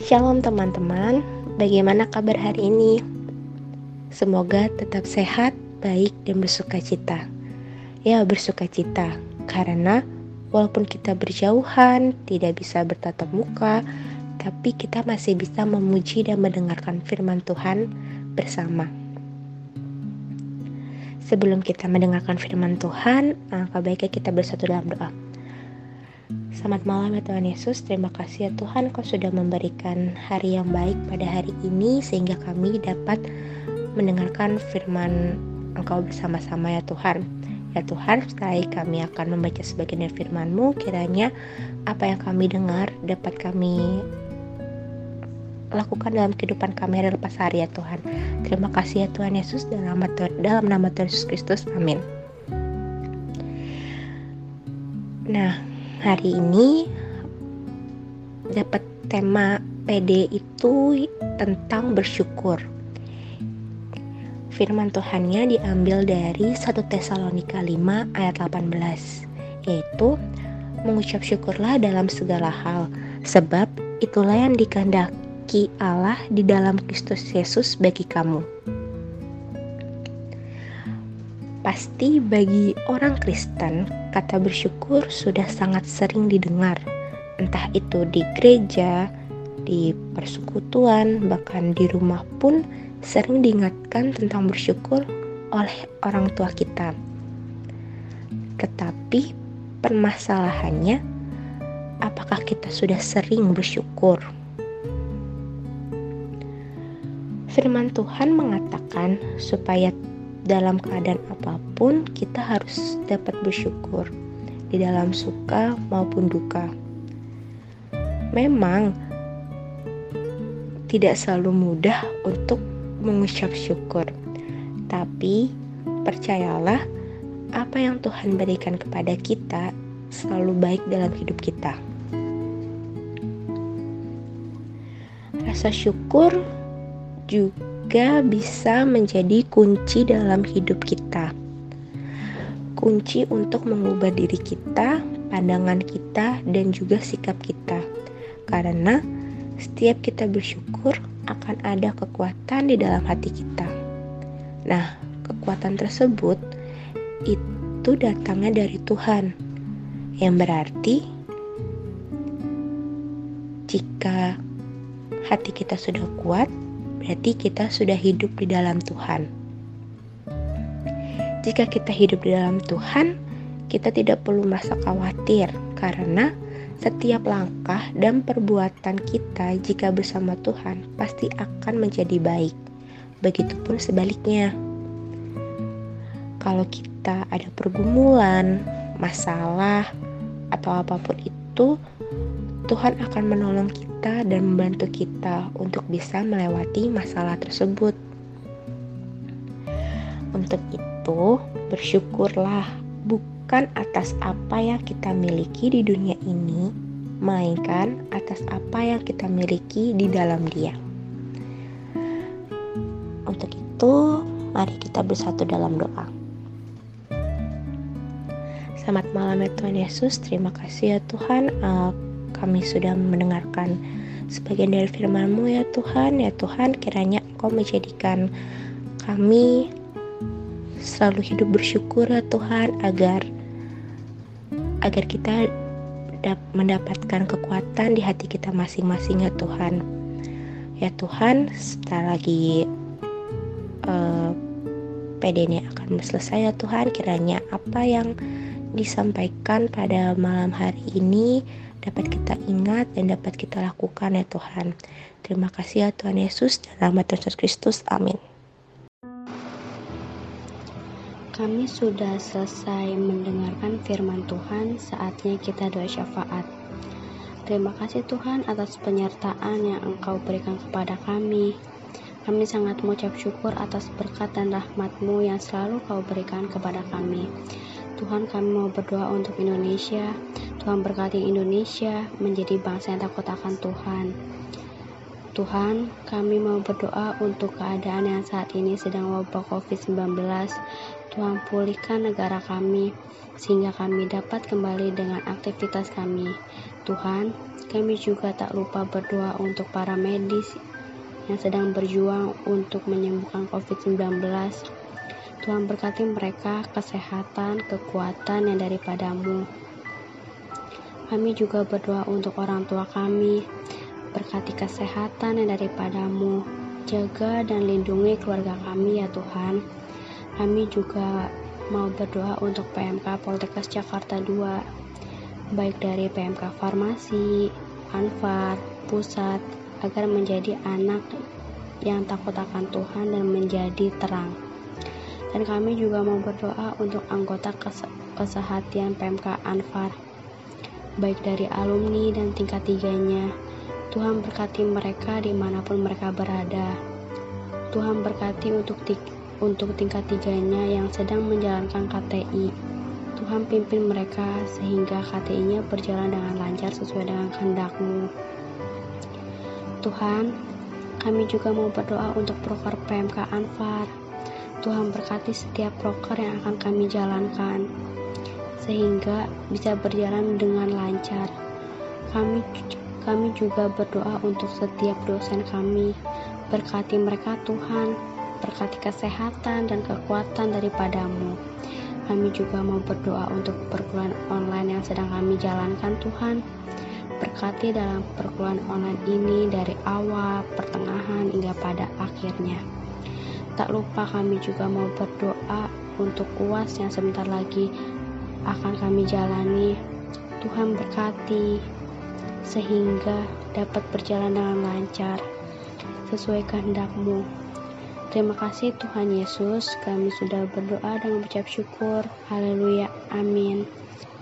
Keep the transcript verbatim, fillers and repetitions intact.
Shalom teman-teman, bagaimana kabar hari ini? Semoga tetap sehat, baik, dan bersukacita. Ya, bersukacita, karena walaupun kita berjauhan, tidak bisa bertatap muka, tapi kita masih bisa memuji dan mendengarkan firman Tuhan bersama. Sebelum kita mendengarkan firman Tuhan, alangkah baiknya kita bersatu dalam doa. Selamat malam ya Tuhan Yesus, terima kasih ya Tuhan Kau sudah memberikan hari yang baik pada hari ini sehingga kami dapat mendengarkan firman Engkau bersama-sama ya Tuhan. Ya Tuhan, setelah kami akan membaca sebagian dari firman-Mu, kiranya apa yang kami dengar dapat kami lakukan dalam kehidupan kami hari lepas hari ya Tuhan. Terima kasih ya Tuhan Yesus, dalam nama, dalam nama Tuhan Yesus Kristus, amin. Nah, hari ini dapat tema P D itu tentang bersyukur. Firman Tuhannya diambil dari satu Tesalonika lima ayat delapan belas, yaitu mengucap syukurlah dalam segala hal, sebab itulah yang dikehendaki Allah di dalam Kristus Yesus bagi kamu. Pasti bagi orang Kristen, kata bersyukur sudah sangat sering didengar, entah itu di gereja, di persekutuan, bahkan di rumah pun sering diingatkan tentang bersyukur oleh orang tua kita. Tetapi permasalahannya, apakah kita sudah sering bersyukur? Firman Tuhan mengatakan supaya dalam keadaan apapun kita harus dapat bersyukur, di dalam suka maupun duka. Memang tidak selalu mudah untuk mengucap syukur, tapi percayalah apa yang Tuhan berikan kepada kita selalu baik dalam hidup kita. Rasa syukur juga juga bisa menjadi kunci dalam hidup kita. Kunci untuk mengubah diri kita, pandangan kita, dan juga sikap kita. Karena setiap kita bersyukur akan ada kekuatan di dalam hati kita. Nah, kekuatan tersebut itu datangnya dari Tuhan. Yang berarti jika hati kita sudah kuat, berarti kita sudah hidup di dalam Tuhan. Jika kita hidup di dalam Tuhan, kita tidak perlu merasa khawatir karena setiap langkah dan perbuatan kita jika bersama Tuhan pasti akan menjadi baik. Begitupun sebaliknya. Kalau kita ada pergumulan, masalah, atau apapun itu, Tuhan akan menolong kita dan membantu kita untuk bisa melewati masalah tersebut. Untuk itu, bersyukurlah bukan atas apa yang kita miliki di dunia ini, melainkan atas apa yang kita miliki di dalam Dia. Untuk itu, mari kita bersatu dalam doa. Selamat malam ya Tuhan Yesus, terima kasih ya Tuhan. Uh, Kami sudah mendengarkan sebagian dari firman-Mu ya Tuhan. Ya Tuhan, kiranya Engkau menjadikan kami selalu hidup bersyukur ya Tuhan, agar agar kita mendapatkan kekuatan di hati kita masing-masing ya Tuhan. Ya Tuhan, sebentar lagi uh, P D-nya akan selesai ya Tuhan. Kiranya apa yang disampaikan pada malam hari ini dapat kita ingat dan dapat kita lakukan ya Tuhan. Terima kasih ya Tuhan Yesus, dalam nama Tuhan Yesus Kristus, amin. Kami sudah selesai mendengarkan firman Tuhan, saatnya kita doa syafaat. Terima kasih Tuhan atas penyertaan yang Engkau berikan kepada kami. Kami sangat mengucap syukur atas berkat dan rahmat-Mu yang selalu Kau berikan kepada kami. Tuhan, kami mau berdoa untuk Indonesia. Tuhan berkati Indonesia menjadi bangsa yang takut akan Tuhan. Tuhan, kami mau berdoa untuk keadaan yang saat ini sedang wabah covid sembilan belas. Tuhan, pulihkan negara kami, sehingga kami dapat kembali dengan aktivitas kami. Tuhan, kami juga tak lupa berdoa untuk para medis yang sedang berjuang untuk menyembuhkan covid sembilan belas. Tuhan, berkati mereka kesehatan, kekuatan yang daripadamu. Kami juga berdoa untuk orang tua kami, berkati kesehatan yang daripadamu, jaga dan lindungi keluarga kami ya Tuhan. Kami juga mau berdoa untuk P M K Poltekkes Jakarta dua, baik dari P M K Farmasi, Anfar, Pusat, agar menjadi anak yang takut akan Tuhan dan menjadi terang. Dan kami juga mau berdoa untuk anggota kesehatan P M K Anfar, baik dari alumni dan tingkat tiganya. Tuhan, berkati mereka dimanapun mereka berada. Tuhan, berkati untuk tik- untuk tingkat tiganya yang sedang menjalankan K T I. Tuhan, pimpin mereka sehingga K T I-nya berjalan dengan lancar sesuai dengan kehendak-Mu. Tuhan, kami juga mau berdoa untuk proker P M K Anfar. Tuhan, berkati setiap proker yang akan kami jalankan, sehingga bisa berjalan dengan lancar. Kami Kami juga berdoa untuk setiap dosen kami. Berkati mereka Tuhan, berkati kesehatan dan kekuatan daripadamu. Kami juga mau berdoa untuk perkuliahan online yang sedang kami jalankan Tuhan. Berkati dalam perkuliahan online ini dari awal, pertengahan, hingga pada akhirnya. Tak lupa kami juga mau berdoa untuk U A S yang sebentar lagi akan kami jalani. Tuhan, berkati sehingga dapat berjalan dengan lancar sesuai kehendak-Mu. Terima kasih Tuhan Yesus, kami sudah berdoa dan mengucap syukur. Haleluya, amin.